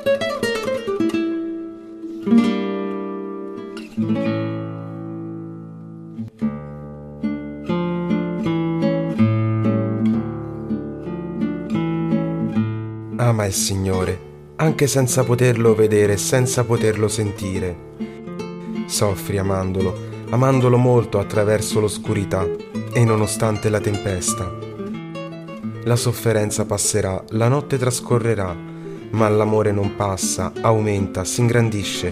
Ama il Signore, anche senza poterlo vedere e senza poterlo sentire. Soffri amandolo molto attraverso l'oscurità e nonostante la tempesta. La sofferenza passerà, la notte trascorrerà, ma l'amore non passa, aumenta, si ingrandisce.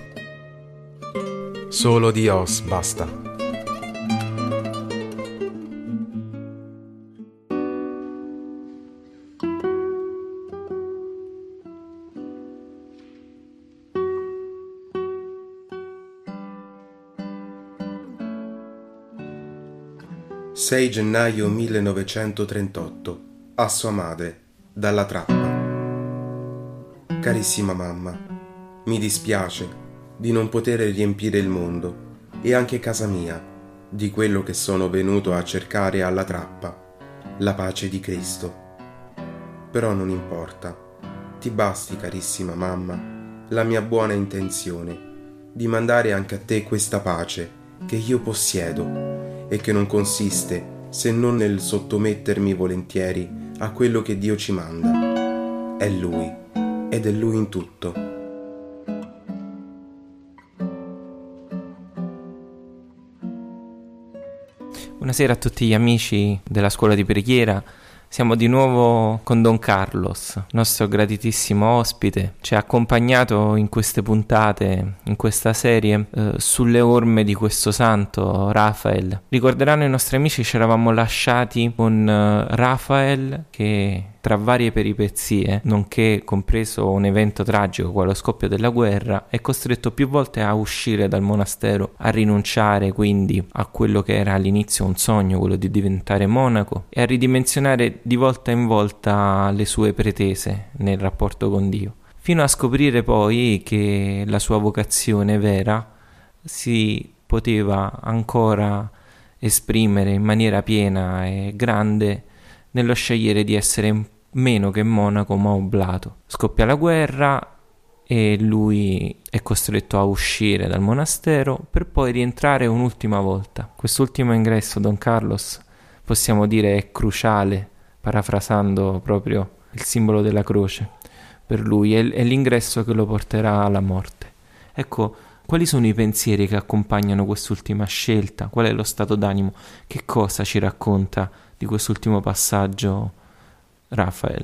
Solo Dios basta. «6 gennaio 1938, a sua madre, dalla trappa. Carissima mamma, mi dispiace di non poter riempire il mondo e anche casa mia di quello che sono venuto a cercare alla trappa, la pace di Cristo. Però non importa, ti basti, carissima mamma, la mia buona intenzione di mandare anche a te questa pace che io possiedo e che non consiste se non nel sottomettermi volentieri a quello che Dio ci manda. È Lui, ed è Lui in tutto. Buonasera a tutti gli amici della scuola di preghiera. Siamo di nuovo con Don Carlos, nostro graditissimo ospite. Ci ha accompagnato in queste puntate, in questa serie, sulle orme di questo santo, Rafael. Ricorderanno i nostri amici, ci eravamo lasciati con Rafael che, tra varie peripezie, nonché compreso un evento tragico quale lo scoppio della guerra, è costretto più volte a uscire dal monastero, a rinunciare quindi a quello che era all'inizio un sogno, quello di diventare monaco, e a ridimensionare di volta in volta le sue pretese nel rapporto con Dio, fino a scoprire poi che la sua vocazione vera si poteva ancora esprimere in maniera piena e grande nello scegliere di essere meno che monaco ma oblato. Scoppia la guerra e lui è costretto a uscire dal monastero per poi rientrare un'ultima volta. Quest'ultimo ingresso, Don Carlos, possiamo dire è cruciale, parafrasando proprio il simbolo della croce. Per lui è l'ingresso che lo porterà alla morte. Ecco, quali sono i pensieri che accompagnano quest'ultima scelta? Qual è lo stato d'animo? Che cosa ci racconta di quest'ultimo passaggio Rafael?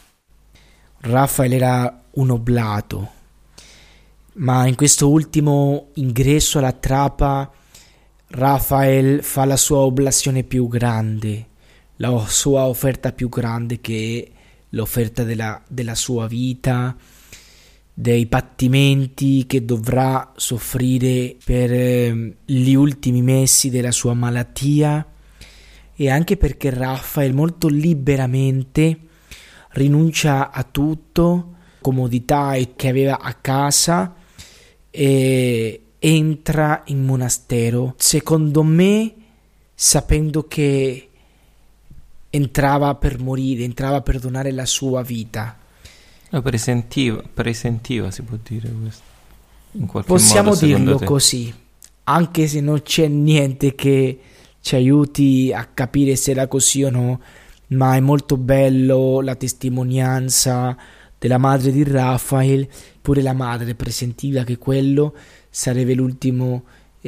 Rafael era un oblato, ma in questo ultimo ingresso alla trappa Rafael fa la sua oblazione più grande, la sua offerta più grande, che è l'offerta della sua vita, dei pattimenti che dovrà soffrire per gli ultimi mesi della sua malattia, e anche perché Rafael molto liberamente rinuncia a tutto, comodità che aveva a casa, e entra in monastero, secondo me sapendo che entrava per morire, entrava per donare la sua vita. Presentiva, si può dire questo, in qualche possiamo modo, dirlo così, anche se non c'è niente che ci aiuti a capire se era così o no, ma è molto bello la testimonianza della madre di Rafael. Pure la madre presentiva che quello sarebbe l'ultimo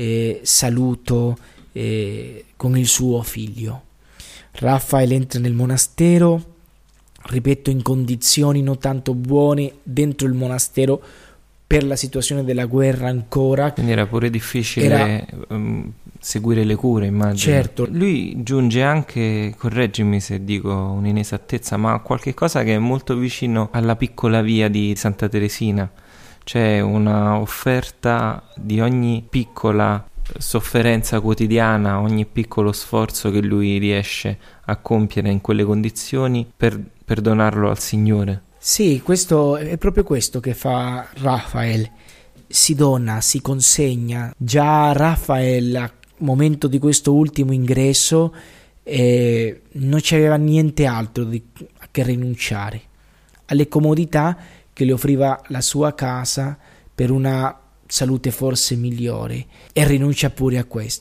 saluto con il suo figlio. Rafael entra nel monastero, ripeto, in condizioni non tanto buone dentro il monastero per la situazione della guerra ancora. Quindi era pure difficile seguire le cure, immagino. Certo. Lui giunge anche, correggimi se dico un'inesattezza, ma qualche cosa che è molto vicino alla piccola via di Santa Teresina. C'è una offerta di ogni piccola sofferenza quotidiana, ogni piccolo sforzo che lui riesce a compiere in quelle condizioni per donarlo al Signore. Sì, questo è proprio questo che fa Rafael, si dona, si consegna. Già Rafael al momento di questo ultimo ingresso non c'aveva niente altro che rinunciare alle comodità che le offriva la sua casa per una salute forse migliore, e rinuncia pure a questo.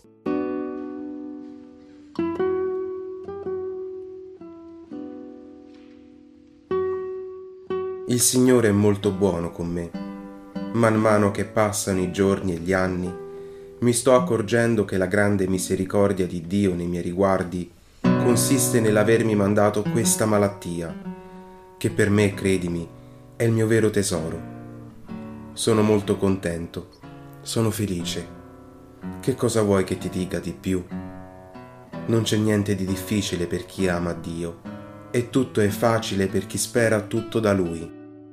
Il Signore è molto buono con me. Man mano che passano i giorni e gli anni, mi sto accorgendo che la grande misericordia di Dio nei miei riguardi consiste nell'avermi mandato questa malattia, che per me, credimi, è il mio vero tesoro. Sono molto contento, sono felice. Che cosa vuoi che ti dica di più? Non c'è niente di difficile per chi ama Dio, e tutto è facile per chi spera tutto da Lui.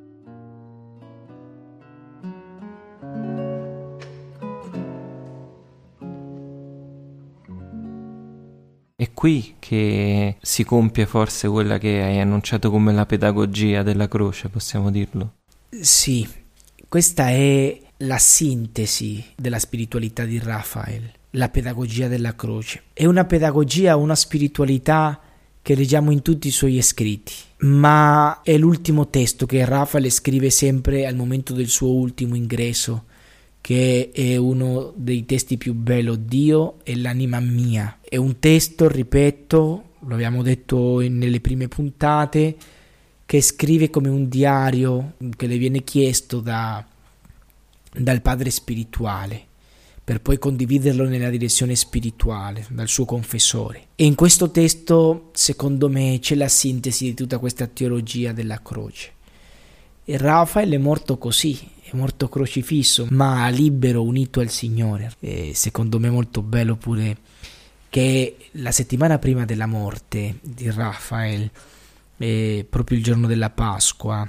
È qui che si compie forse quella che hai annunciato come la pedagogia della croce, possiamo dirlo? Sì, questa è la sintesi della spiritualità di Raphael, la pedagogia della croce. È una pedagogia, una spiritualità che leggiamo in tutti i suoi scritti, ma è l'ultimo testo che Raphael scrive sempre al momento del suo ultimo ingresso, che è uno dei testi più belli, Dio e l'anima mia. È un testo, ripeto, lo abbiamo detto nelle prime puntate, che scrive come un diario che le viene chiesto dal padre spirituale, per poi condividerlo nella direzione spirituale, dal suo confessore. E in questo testo, secondo me, c'è la sintesi di tutta questa teologia della croce. E Raphael è morto così, è morto crocifisso, ma libero, unito al Signore. E secondo me è molto bello pure che la settimana prima della morte di Raphael, proprio il giorno della Pasqua,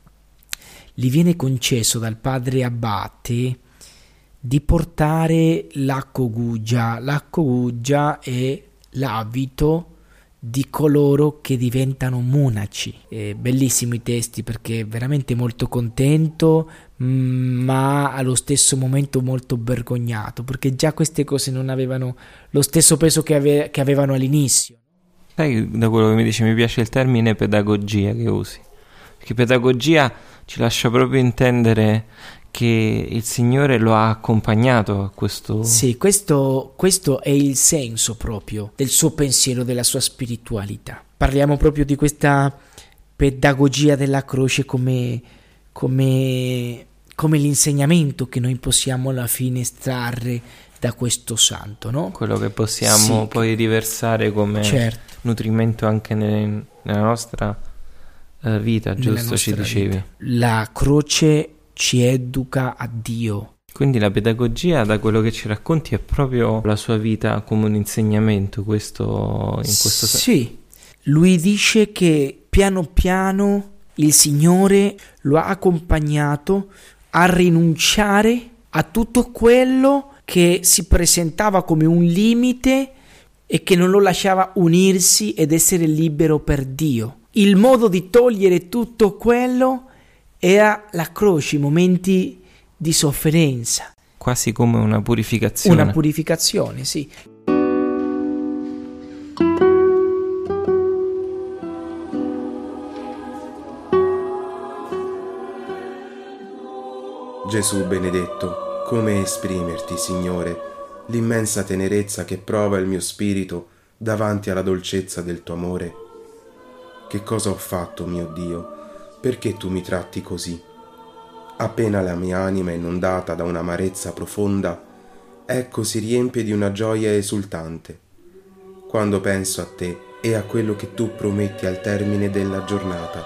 gli viene concesso dal padre Abate di portare l'accogugia. L'accogugia è l'abito di coloro che diventano monaci. Bellissimi i testi, perché è veramente molto contento, ma allo stesso momento molto vergognato, perché già queste cose non avevano lo stesso peso che avevano all'inizio. Sai, da quello che mi dici, mi piace il termine pedagogia che usi, perché pedagogia ci lascia proprio intendere che il Signore lo ha accompagnato a questo... Sì, questo è il senso proprio del suo pensiero, della sua spiritualità. Parliamo proprio di questa pedagogia della croce come l'insegnamento che noi possiamo alla fine estrarre da questo santo, no? Quello che possiamo poi riversare come nutrimento anche nella nostra vita, giusto? Ci dicevi. Vita. La croce ci educa a Dio. Quindi la pedagogia, da quello che ci racconti, è proprio la sua vita come un insegnamento, in questo senso. Sì, lui dice che piano piano il Signore lo ha accompagnato a rinunciare a tutto quello che si presentava come un limite e che non lo lasciava unirsi ed essere libero per Dio. Il modo di togliere tutto quello era la croce, i momenti di sofferenza. Quasi come una purificazione. Una purificazione, sì. Gesù benedetto, come esprimerti, Signore, l'immensa tenerezza che prova il mio spirito davanti alla dolcezza del tuo amore? Che cosa ho fatto, mio Dio? Perché tu mi tratti così? Appena la mia anima è inondata da un'amarezza profonda, ecco si riempie di una gioia esultante. Quando penso a te e a quello che tu prometti al termine della giornata.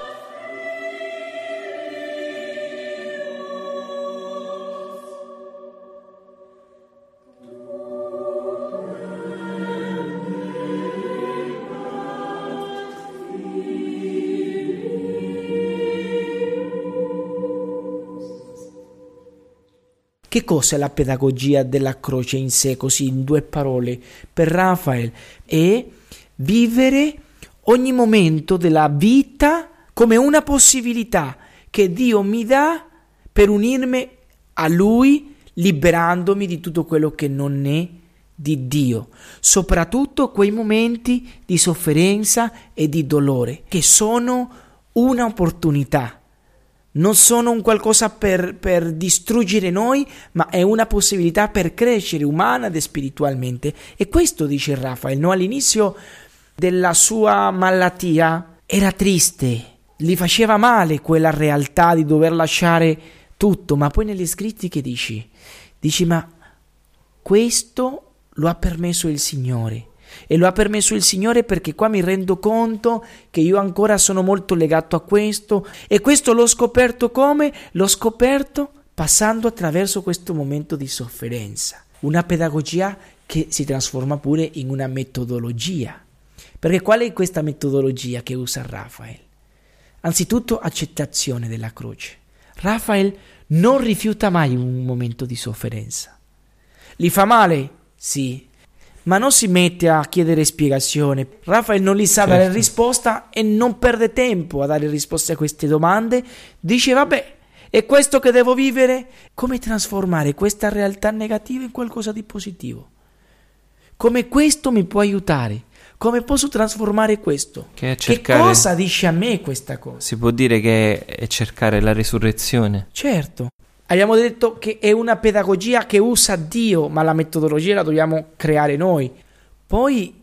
Che cos'è la pedagogia della croce in sé, così in due parole? Per Raphael è vivere ogni momento della vita come una possibilità che Dio mi dà per unirmi a Lui, liberandomi di tutto quello che non è di Dio, soprattutto quei momenti di sofferenza e di dolore, che sono un'opportunità non sono un qualcosa per distruggere noi, ma è una possibilità per crescere umana e spiritualmente. E questo dice Raphael, no? All'inizio della sua malattia era triste, gli faceva male quella realtà di dover lasciare tutto, ma poi negli scritti che dici? Dici, ma questo lo ha permesso il Signore. E lo ha permesso il Signore perché qua mi rendo conto che io ancora sono molto legato a questo, e questo l'ho scoperto come? L'ho scoperto passando attraverso questo momento di sofferenza. Una pedagogia che si trasforma pure in una metodologia. Perché qual è questa metodologia che usa Raphael? Anzitutto accettazione della croce. Raphael non rifiuta mai un momento di sofferenza. Gli fa male? Sì. Ma non si mette a chiedere spiegazione. Raphael non gli sa dare risposta e non perde tempo a dare risposte a queste domande. Dice, vabbè, è questo che devo vivere? Come trasformare questa realtà negativa in qualcosa di positivo? Come questo mi può aiutare? Come posso trasformare questo? Che cosa dice a me questa cosa? Si può dire che è cercare la risurrezione. Certo. Abbiamo detto che è una pedagogia che usa Dio, ma la metodologia la dobbiamo creare noi. Poi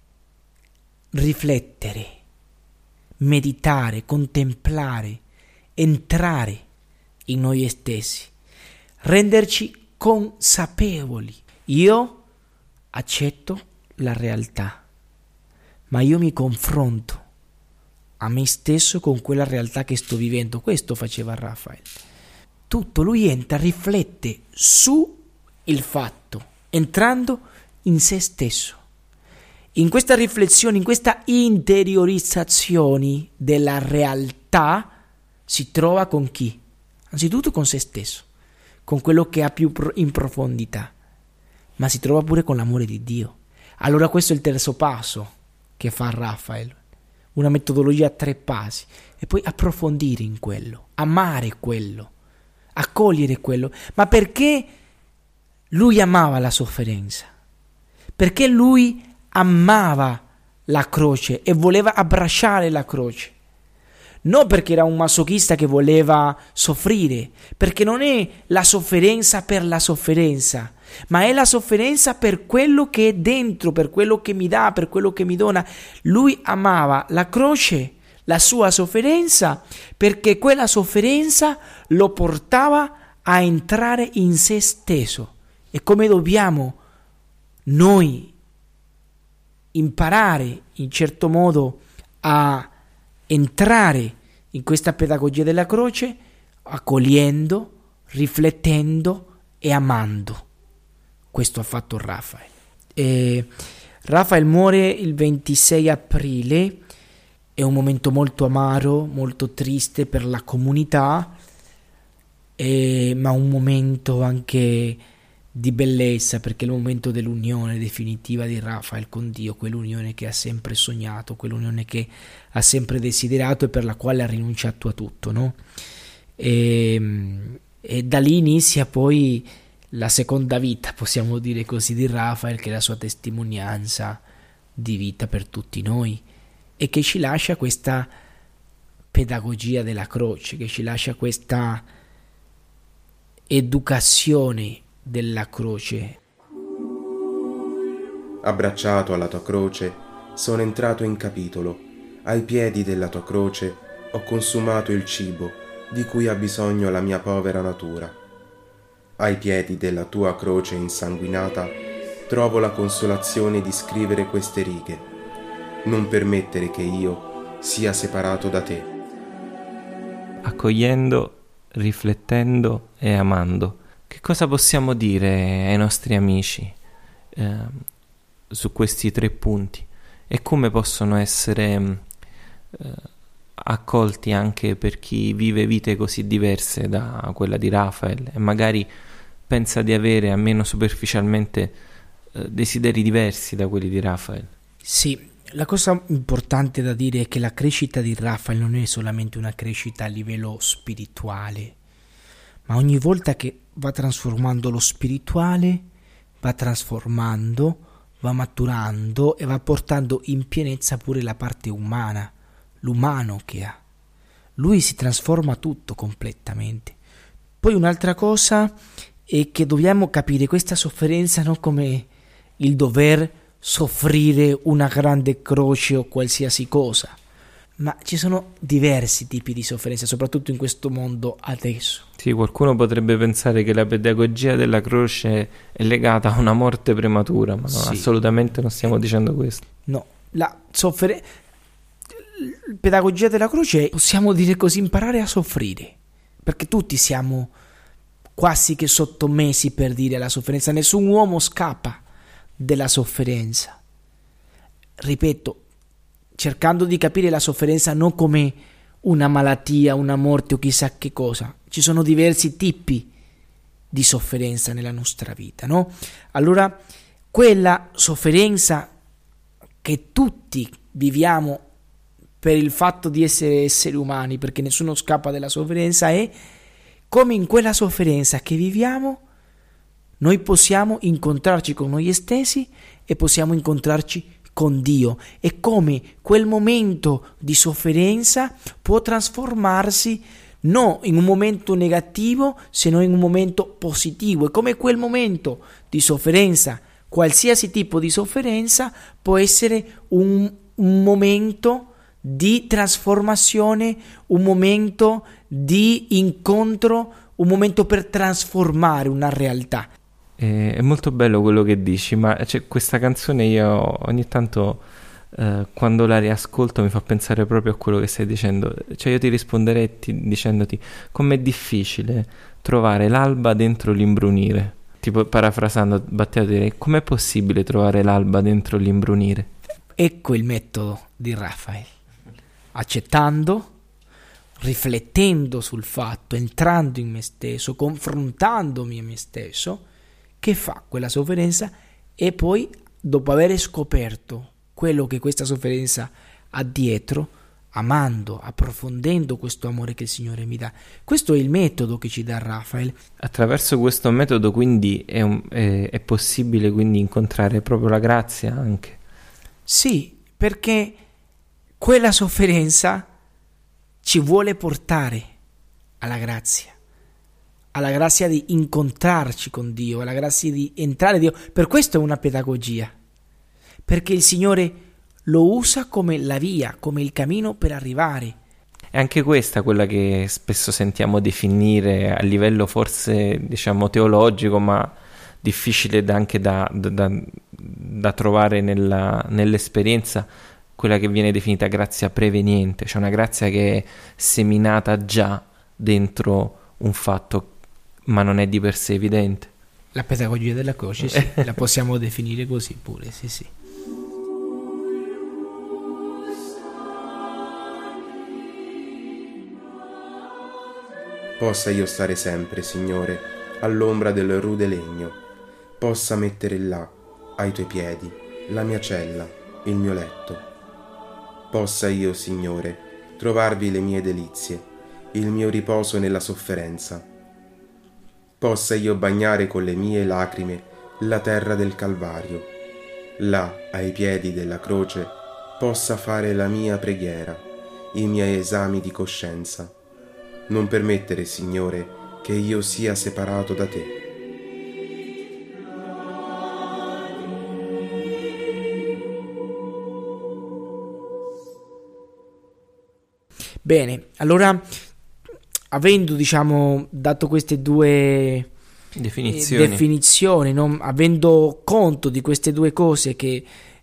riflettere, meditare, contemplare, entrare in noi stessi, renderci consapevoli. Io accetto la realtà, ma io mi confronto a me stesso con quella realtà che sto vivendo. Questo faceva Raphael. Tutto, lui entra, riflette su il fatto, entrando in se stesso. In questa riflessione, in questa interiorizzazione della realtà, si trova con chi? Anzitutto con se stesso, con quello che ha più in profondità, ma si trova pure con l'amore di Dio. Allora questo è il terzo passo che fa Raphael, una metodologia a 3 passi, e poi approfondire in quello, amare quello, accogliere quello. Ma perché lui amava la sofferenza? Perché lui amava la croce e voleva abbracciare la croce? Non perché era un masochista che voleva soffrire, perché non è la sofferenza per la sofferenza, ma è la sofferenza per quello che è dentro, per quello che mi dà, per quello che mi dona. Lui amava la croce, la sua sofferenza, perché quella sofferenza lo portava a entrare in se stesso. E come dobbiamo noi imparare in certo modo a entrare in questa pedagogia della croce? Accogliendo, riflettendo e amando. Questo ha fatto Raphael. Raphael muore il 26 aprile. È un momento molto amaro, molto triste per la comunità, ma un momento anche di bellezza, perché è il momento dell'unione definitiva di Raphael con Dio, quell'unione che ha sempre sognato, quell'unione che ha sempre desiderato e per la quale ha rinunciato a tutto, no? E da lì inizia poi la seconda vita, possiamo dire così, di Raphael, che è la sua testimonianza di vita per tutti noi, e che ci lascia questa pedagogia della croce, che ci lascia questa educazione della croce. Abbracciato alla tua croce, sono entrato in capitolo. Ai piedi della tua croce ho consumato il cibo di cui ha bisogno la mia povera natura. Ai piedi della tua croce insanguinata trovo la consolazione di scrivere queste righe. Non permettere che io sia separato da te. Accogliendo, riflettendo e amando. Che cosa possiamo dire ai nostri amici su questi 3 punti? E come possono essere accolti anche per chi vive vite così diverse da quella di Raphael e magari pensa di avere, almeno superficialmente, desideri diversi da quelli di Raphael? Sì. La cosa importante da dire è che la crescita di Raphael non è solamente una crescita a livello spirituale, ma ogni volta che va trasformando lo spirituale, va trasformando, va maturando e va portando in pienezza pure la parte umana, l'umano che ha. Lui si trasforma tutto completamente. Poi un'altra cosa è che dobbiamo capire questa sofferenza non come il dover soffrire una grande croce o qualsiasi cosa, ma ci sono diversi tipi di sofferenza, soprattutto in questo mondo adesso. Sì, qualcuno potrebbe pensare che la pedagogia della croce è legata a una morte prematura, ma no, Sì. Assolutamente non stiamo dicendo questo. No, la pedagogia della croce, possiamo dire così, imparare a soffrire, perché tutti siamo quasi che sottomessi, per dire, alla sofferenza. Nessun uomo scappa della sofferenza. Ripeto, cercando di capire la sofferenza non come una malattia, una morte o chissà che cosa. Ci sono diversi tipi di sofferenza nella nostra vita, no? Allora, quella sofferenza che tutti viviamo per il fatto di essere esseri umani, perché nessuno scappa dalla sofferenza, è come in quella sofferenza che viviamo noi possiamo incontrarci con noi stessi e possiamo incontrarci con Dio, e come quel momento di sofferenza può trasformarsi non in un momento negativo, se non in un momento positivo, e come quel momento di sofferenza, qualsiasi tipo di sofferenza, può essere un momento di trasformazione, un momento di incontro, un momento per trasformare una realtà. È molto bello quello che dici, ma questa canzone io ogni tanto quando la riascolto mi fa pensare proprio a quello che stai dicendo. Cioè io ti risponderei dicendoti com'è difficile trovare l'alba dentro l'imbrunire. Tipo, parafrasando Battista, direi: com'è possibile trovare l'alba dentro l'imbrunire? Ecco il metodo di Raphael: accettando, riflettendo sul fatto, entrando in me stesso, confrontandomi a me stesso, che fa quella sofferenza, e poi, dopo aver scoperto quello che questa sofferenza ha dietro, amando, approfondendo questo amore che il Signore mi dà. Questo è il metodo che ci dà Raphael. Attraverso questo metodo quindi è possibile quindi incontrare proprio la grazia anche. Sì, perché quella sofferenza ci vuole portare alla grazia di incontrarci con Dio, alla grazia di entrare in Dio. Per questo è una pedagogia, perché il Signore lo usa come la via, come il cammino per arrivare. È anche questa quella che spesso sentiamo definire a livello forse diciamo teologico, ma difficile anche da trovare nell'esperienza, quella che viene definita grazia preveniente, cioè una grazia che è seminata già dentro un fatto, ma non è di per sé evidente. La pedagogia della croce, sì, la possiamo definire così pure, sì, sì. Possa io stare sempre, Signore, all'ombra del rude legno, possa mettere là, ai tuoi piedi, la mia cella, il mio letto. Possa io, Signore, trovarvi le mie delizie, il mio riposo nella sofferenza. Possa io bagnare con le mie lacrime la terra del Calvario. Là, ai piedi della croce, possa fare la mia preghiera, i miei esami di coscienza. Non permettere, Signore, che io sia separato da te. Bene, allora, avendo, diciamo, dato queste due definizioni, no? Avendo conto di queste due cose, che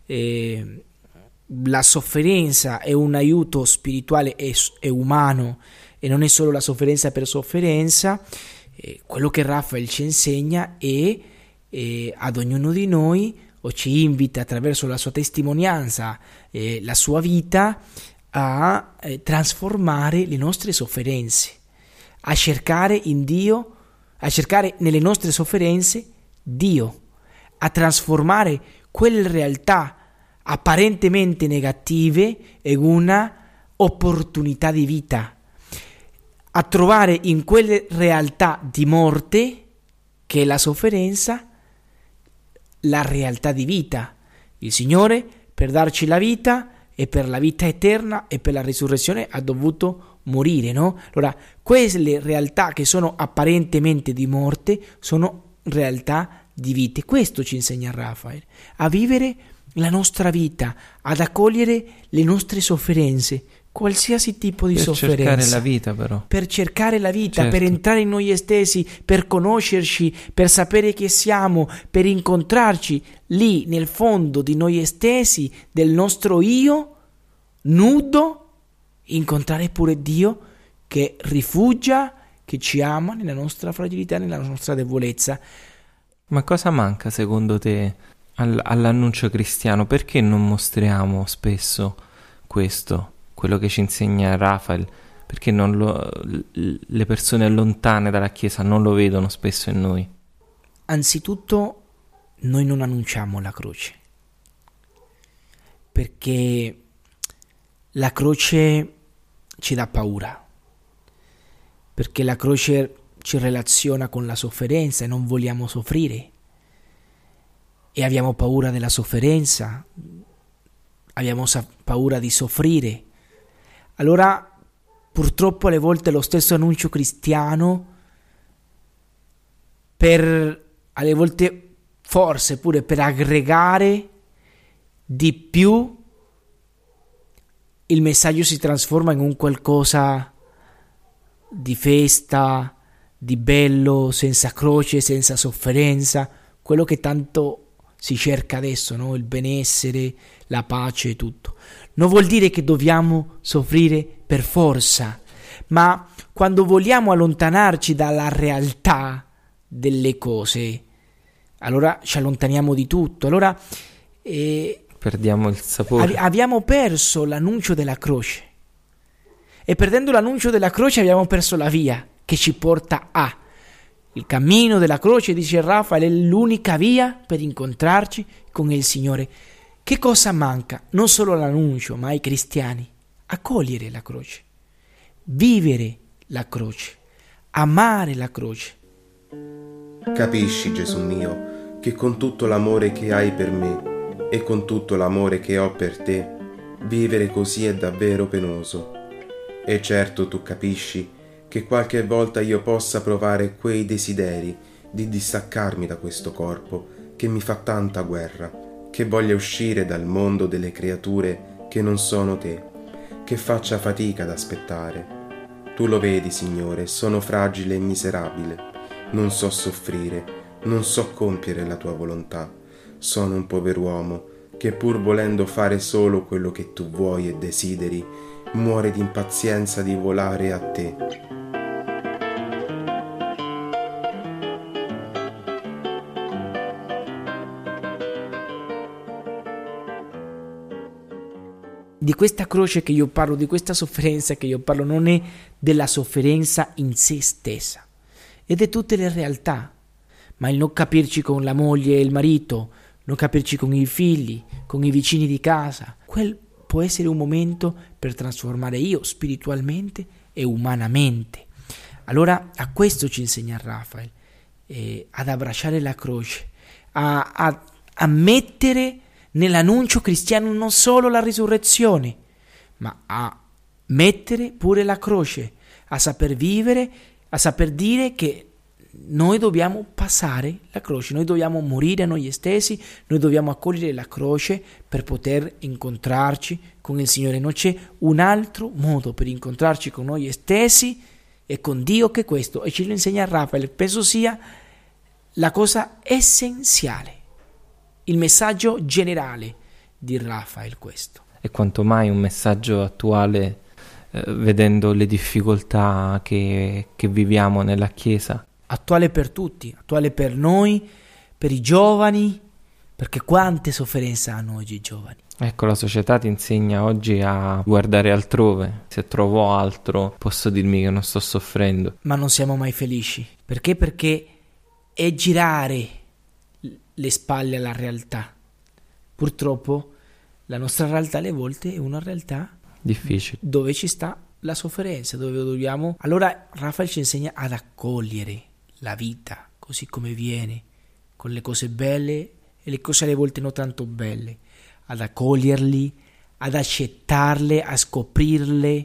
la sofferenza è un aiuto spirituale e umano, e non è solo la sofferenza per sofferenza, quello che Raphael ci insegna è ad ognuno di noi, o ci invita attraverso la sua testimonianza, la sua vita, a trasformare le nostre sofferenze, a cercare in Dio, a cercare nelle nostre sofferenze Dio, a trasformare quelle realtà apparentemente negative in una opportunità di vita, a trovare in quelle realtà di morte, che è la sofferenza, la realtà di vita. Il Signore, per darci la vita e per la vita eterna e per la risurrezione, ha dovuto morire, no? Allora, quelle realtà che sono apparentemente di morte sono realtà di vita. Questo ci insegna Raphael, a vivere la nostra vita, ad accogliere le nostre sofferenze, qualsiasi tipo di sofferenza. Per cercare la vita, però. Per cercare la vita, Certo. per entrare in noi stessi, per conoscerci, per sapere chi siamo, per incontrarci lì nel fondo di noi stessi, del nostro io, nudo, incontrare pure Dio che rifugia, che ci ama nella nostra fragilità, nella nostra debolezza. Ma cosa manca secondo te all'annuncio cristiano? Perché non mostriamo spesso questo? Quello che ci insegna Raphael, perché le persone lontane dalla Chiesa non lo vedono spesso in noi? Anzitutto noi non annunciamo la croce, perché la croce ci dà paura, perché la croce ci relaziona con la sofferenza e non vogliamo soffrire e abbiamo paura della sofferenza, abbiamo paura di soffrire. Allora, purtroppo alle volte lo stesso annuncio cristiano, alle volte forse pure per aggregare di più, il messaggio si trasforma in un qualcosa di festa, di bello, senza croce, senza sofferenza, quello che tanto si cerca adesso, no? Il benessere, la pace e tutto. Non vuol dire che dobbiamo soffrire per forza, ma quando vogliamo allontanarci dalla realtà delle cose, allora ci allontaniamo di tutto. Allora perdiamo il sapore. Abbiamo perso l'annuncio della croce e perdendo l'annuncio della croce abbiamo perso la via che ci porta a il cammino della croce, dice Raphael, è l'unica via per incontrarci con il Signore. Che cosa manca? Non solo l'annuncio, ma ai cristiani. Accogliere la croce, vivere la croce, amare la croce. Capisci, Gesù mio, che con tutto l'amore che hai per me e con tutto l'amore che ho per te, vivere così è davvero penoso. E certo tu capisci che qualche volta io possa provare quei desideri di distaccarmi da questo corpo che mi fa tanta guerra, che voglia uscire dal mondo delle creature che non sono te, che faccia fatica ad aspettare. Tu lo vedi, Signore, sono fragile e miserabile, non so soffrire, non so compiere la tua volontà, sono un pover'uomo che pur volendo fare solo quello che tu vuoi e desideri, muore di impazienza di volare a te. Di questa croce che io parlo, di questa sofferenza che io parlo, non è della sofferenza in sé stessa, è di tutte le realtà, ma il non capirci con la moglie e il marito, non capirci con i figli, con i vicini di casa, quel può essere un momento per trasformare io spiritualmente e umanamente. Allora a questo ci insegna Raphael, ad abbracciare la croce, a mettere nell'annuncio cristiano non solo la risurrezione, ma a mettere pure la croce, a saper vivere, a saper dire che noi dobbiamo passare la croce, noi dobbiamo morire a noi stessi, noi dobbiamo accogliere la croce per poter incontrarci con il Signore. Non c'è un altro modo per incontrarci con noi stessi e con Dio che questo, e ce lo insegna Raphael. Penso sia la cosa essenziale, il messaggio generale di Raphael questo. E quanto mai un messaggio attuale, vedendo le difficoltà che viviamo nella Chiesa. Attuale per tutti, attuale per noi, per i giovani, perché quante sofferenze hanno oggi i giovani. Ecco, la società ti insegna oggi a guardare altrove. Se trovo altro, posso dirmi che non sto soffrendo. Ma non siamo mai felici. Perché? Perché è girare le spalle alla realtà. Purtroppo la nostra realtà alle volte è una realtà difficile, dove ci sta la sofferenza, dove dobbiamo. Allora Raphael ci insegna ad accogliere la vita così come viene, con le cose belle e le cose alle volte non tanto belle, ad accoglierli, ad accettarle, a scoprirle,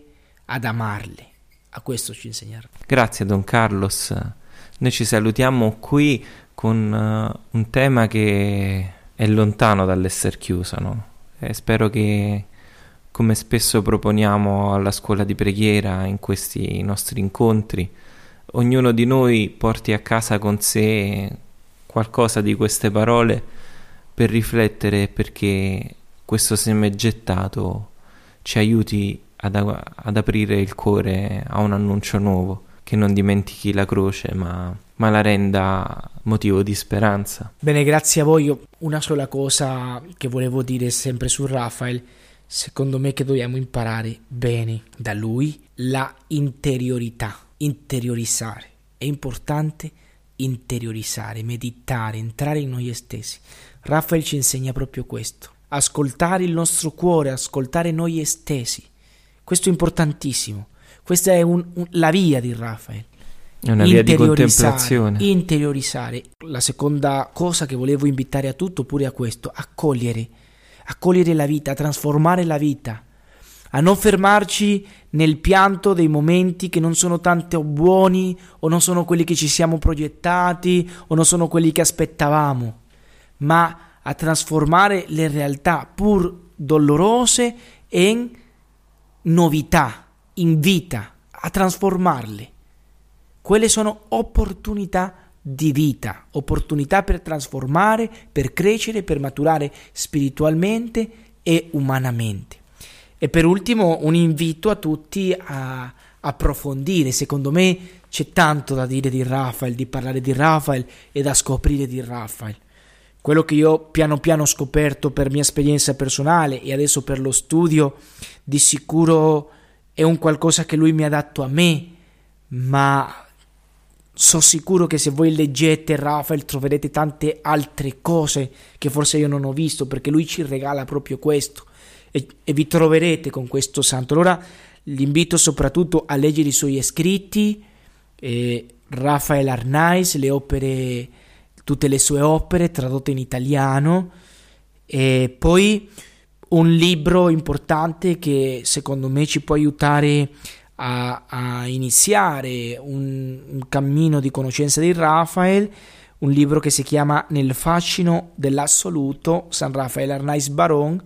ad amarle. A questo ci insegna. Grazie Don Carlos. Noi ci salutiamo qui con un tema che è lontano dall'essere chiuso, no? E spero che, come spesso proponiamo alla scuola di preghiera in questi nostri incontri, ognuno di noi porti a casa con sé qualcosa di queste parole per riflettere, perché questo seme gettato ci aiuti ad aprire il cuore a un annuncio nuovo, che non dimentichi la croce ma la renda motivo di speranza. Bene, grazie a voi. Io una sola cosa che volevo dire sempre su Raphael: secondo me che dobbiamo imparare bene da lui la interiorità, interiorizzare. È importante interiorizzare, meditare, entrare in noi stessi. Raphael ci insegna proprio questo: ascoltare il nostro cuore, ascoltare noi stessi. Questo è importantissimo. Questa è la via di Raphael. È una via di contemplazione. Interiorizzare. La seconda cosa che volevo invitare a tutto, pure a questo: accogliere la vita, trasformare la vita, a non fermarci nel pianto dei momenti che non sono tanto buoni, o non sono quelli che ci siamo progettati, o non sono quelli che aspettavamo, ma a trasformare le realtà pur dolorose in novità, in vita, a trasformarle. Quelle sono opportunità di vita, opportunità per trasformare, per crescere, per maturare spiritualmente e umanamente. E per ultimo un invito a tutti a approfondire. Secondo me c'è tanto da dire di Raphael, di parlare di Raphael e da scoprire di Raphael. Quello che io piano piano ho scoperto per mia esperienza personale e adesso per lo studio, di sicuro è un qualcosa che lui mi ha dato a me, ma sono sicuro che se voi leggete Raphael troverete tante altre cose che forse io non ho visto, perché lui ci regala proprio questo e vi troverete con questo santo. Allora l'invito soprattutto a leggere i suoi scritti, Raphael Arnaiz, le opere, tutte le sue opere tradotte in italiano, e poi un libro importante che secondo me ci può aiutare a iniziare un cammino di conoscenza di Raphael, un libro che si chiama Nel fascino dell'assoluto, San Raphael Arnaiz Baron,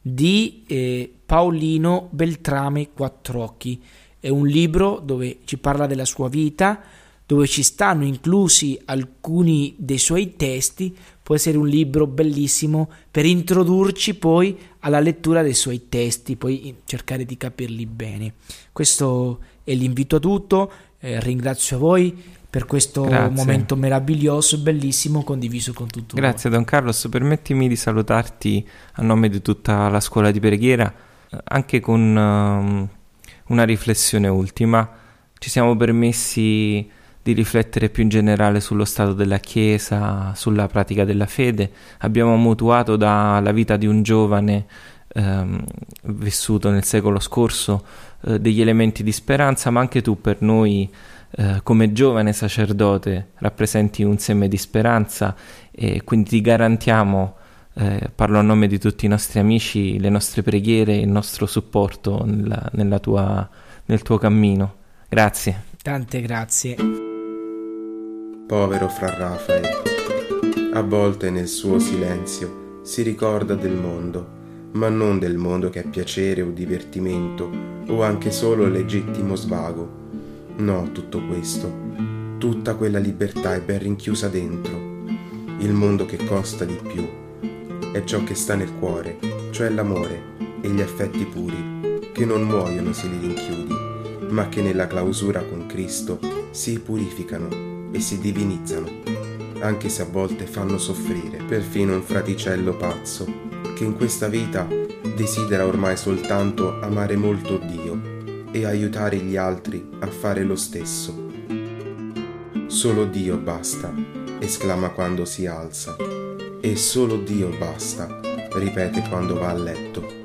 di Paolino Beltrame Quattrocchi. È un libro dove ci parla della sua vita, dove ci stanno inclusi alcuni dei suoi testi. Può essere un libro bellissimo per introdurci poi alla lettura dei suoi testi, poi cercare di capirli bene. Questo è l'invito a tutto. Ringrazio voi per questo momento meraviglioso, bellissimo, condiviso con tutto voi. Grazie Don Carlos, permettimi di salutarti a nome di tutta la scuola di preghiera, anche con una riflessione ultima. Ci siamo permessi di riflettere più in generale sullo stato della Chiesa, sulla pratica della fede. Abbiamo mutuato dalla vita di un giovane vissuto nel secolo scorso degli elementi di speranza, ma anche tu per noi come giovane sacerdote rappresenti un seme di speranza, e quindi ti garantiamo, parlo a nome di tutti i nostri amici, le nostre preghiere e il nostro supporto nel tuo cammino. Grazie. Tante grazie. Povero Fra Raphael, a volte nel suo silenzio si ricorda del mondo, ma non del mondo che è piacere o divertimento o anche solo legittimo svago. No, tutto questo, tutta quella libertà è ben rinchiusa dentro. Il mondo che costa di più è ciò che sta nel cuore, cioè l'amore e gli affetti puri, che non muoiono se li rinchiudi, ma che nella clausura con Cristo si purificano e si divinizzano, anche se a volte fanno soffrire. Perfino un fraticello pazzo, che in questa vita desidera ormai soltanto amare molto Dio e aiutare gli altri a fare lo stesso. Solo Dio basta, esclama quando si alza, e solo Dio basta, ripete quando va a letto.